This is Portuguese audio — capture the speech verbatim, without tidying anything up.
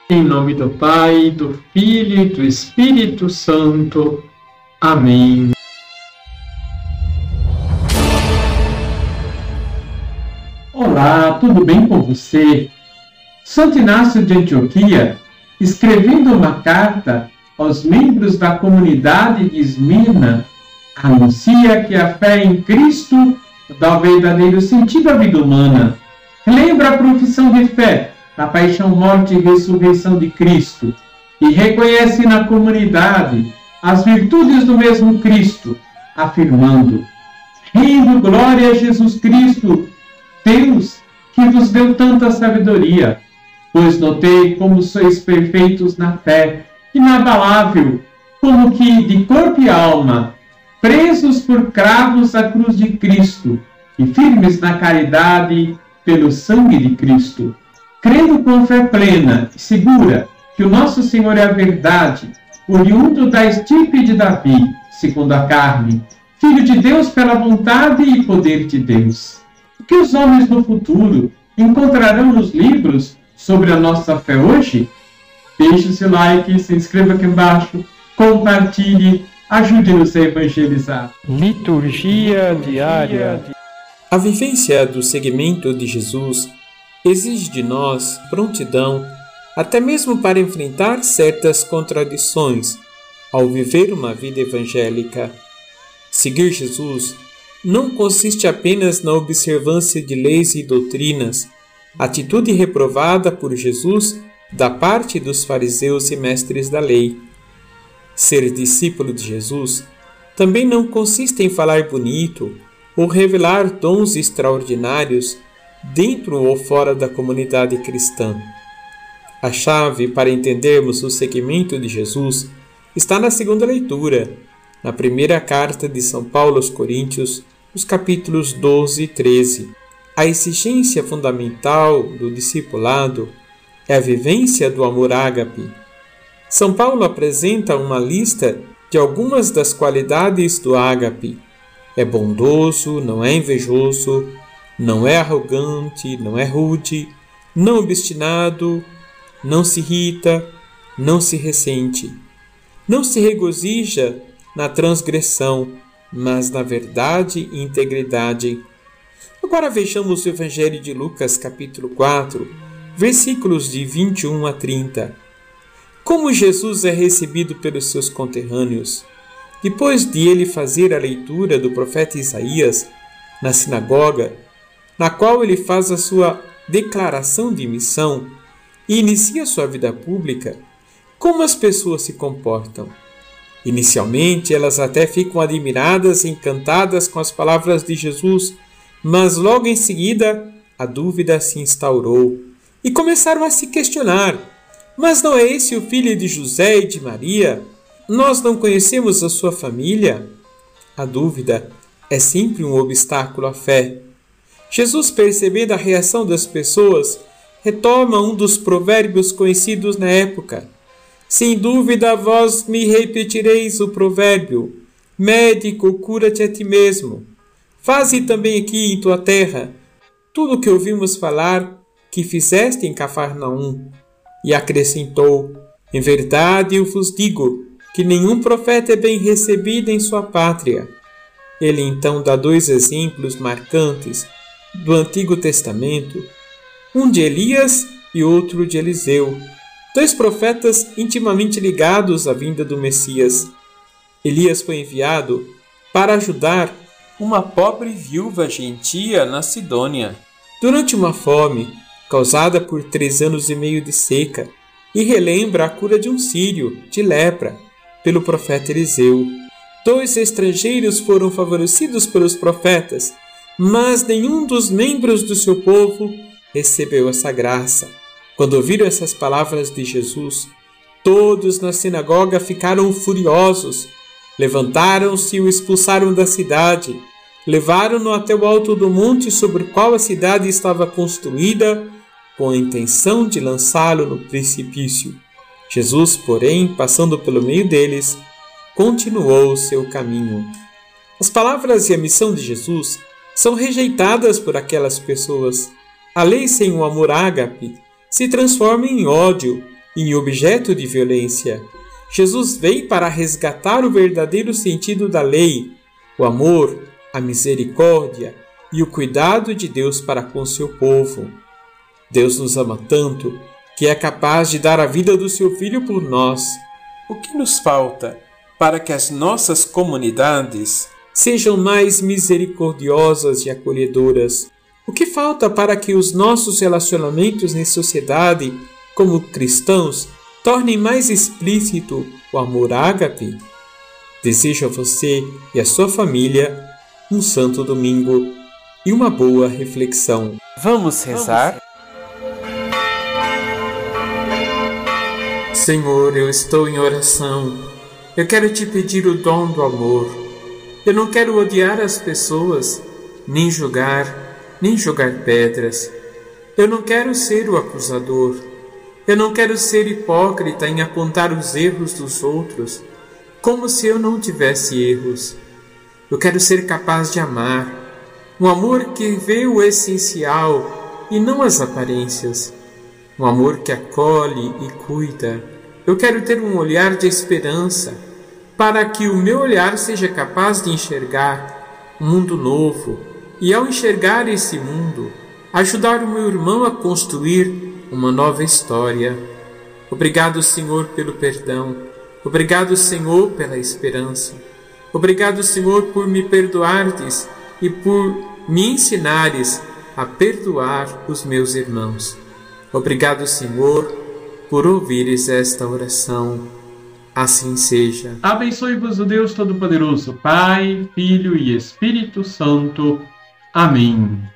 Em nome do Pai, do Filho e do Espírito Santo. Amém. Olá, tudo bem com você? Santo Inácio de Antioquia, escrevendo uma carta aos membros da comunidade de Esmirna, anuncia que a fé em Cristo dá o verdadeiro sentido à vida humana. Lembra a profissão de fé na paixão, morte e ressurreição de Cristo e reconhece na comunidade as virtudes do mesmo Cristo, afirmando: rendo glória a Jesus Cristo, Deus que vos deu tanta sabedoria, pois notei como sois perfeitos na fé, inabalável, como que de corpo e alma, presos por cravos à cruz de Cristo e firmes na caridade pelo sangue de Cristo. Crendo com fé plena e segura que o nosso Senhor é a verdade, oriundo da estirpe de Davi, segundo a carne, Filho de Deus pela vontade e poder de Deus. O que os homens no futuro encontrarão nos livros sobre a nossa fé hoje? Deixe o seu like, se inscreva aqui embaixo, compartilhe, ajude-nos a evangelizar. Liturgia diária. A vivência do seguimento de Jesus exige de nós prontidão, até mesmo para enfrentar certas contradições ao viver uma vida evangélica. Seguir Jesus não consiste apenas na observância de leis e doutrinas, atitude reprovada por Jesus da parte dos fariseus e mestres da lei. Ser discípulo de Jesus também não consiste em falar bonito ou revelar dons extraordinários dentro ou fora da comunidade cristã. A chave para entendermos o seguimento de Jesus está na segunda leitura, na primeira carta de São Paulo aos Coríntios, os capítulos doze e treze. A exigência fundamental do discipulado é a vivência do amor ágape. São Paulo apresenta uma lista de algumas das qualidades do ágape. É bondoso, não é invejoso, não é arrogante, não é rude, não obstinado, não se irrita, não se ressente, não se regozija na transgressão, mas na verdade e integridade. Agora vejamos o Evangelho de Lucas, capítulo quatro, versículos de vinte e um a trinta. Como Jesus é recebido pelos seus conterrâneos. Depois de ele fazer a leitura do profeta Isaías na sinagoga, na qual ele faz a sua declaração de missão e inicia sua vida pública, como as pessoas se comportam? Inicialmente, elas até ficam admiradas e encantadas com as palavras de Jesus, mas logo em seguida a dúvida se instaurou e começaram a se questionar: mas não é esse o filho de José e de Maria? Nós não conhecemos a sua família? A dúvida é sempre um obstáculo à fé. Jesus, percebendo a reação das pessoas, retoma um dos provérbios conhecidos na época. Sem dúvida, vós me repetireis o provérbio: médico, cura-te a ti mesmo. Faze também aqui em tua terra tudo o que ouvimos falar que fizeste em Cafarnaum. E acrescentou: em verdade eu vos digo que nenhum profeta é bem recebido em sua pátria. Ele então dá dois exemplos marcantes do Antigo Testamento, um de Elias e outro de Eliseu, dois profetas intimamente ligados à vinda do Messias. Elias foi enviado para ajudar uma pobre viúva gentia na Sidônia durante uma fome causada por três anos e meio de seca, e relembra a cura de um sírio de lepra pelo profeta Eliseu. Dois estrangeiros foram favorecidos pelos profetas, mas nenhum dos membros do seu povo recebeu essa graça. Quando ouviram essas palavras de Jesus, todos na sinagoga ficaram furiosos. Levantaram-se e o expulsaram da cidade. Levaram-no até o alto do monte sobre o qual a cidade estava construída, com a intenção de lançá-lo no precipício. Jesus, porém, passando pelo meio deles, continuou o seu caminho. As palavras e a missão de Jesus são rejeitadas por aquelas pessoas. A lei sem o amor ágape se transforma em ódio em objeto de violência. Jesus veio para resgatar o verdadeiro sentido da lei, o amor, a misericórdia e o cuidado de Deus para com seu povo. Deus nos ama tanto que é capaz de dar a vida do seu Filho por nós. O que nos falta para que as nossas comunidades sejam mais misericordiosas e acolhedoras? O que falta para que os nossos relacionamentos em sociedade, como cristãos, tornem mais explícito o amor ágape? Desejo a você e a sua família um santo domingo e uma boa reflexão. Vamos rezar? Senhor, eu estou em oração. Eu quero te pedir o dom do amor. Eu não quero odiar as pessoas, nem julgar, nem jogar pedras. Eu não quero ser o acusador. Eu não quero ser hipócrita em apontar os erros dos outros, como se eu não tivesse erros. Eu quero ser capaz de amar, um amor que vê o essencial e não as aparências, um amor que acolhe e cuida. Eu quero ter um olhar de esperança, para que o meu olhar seja capaz de enxergar um mundo novo e, ao enxergar esse mundo, ajudar o meu irmão a construir uma nova história. Obrigado, Senhor, pelo perdão. Obrigado, Senhor, pela esperança. Obrigado, Senhor, por me perdoardes e por me ensinares a perdoar os meus irmãos. Obrigado, Senhor, por ouvires esta oração. Assim seja. Abençoe-vos o Deus Todo-Poderoso, Pai, Filho e Espírito Santo. Amém.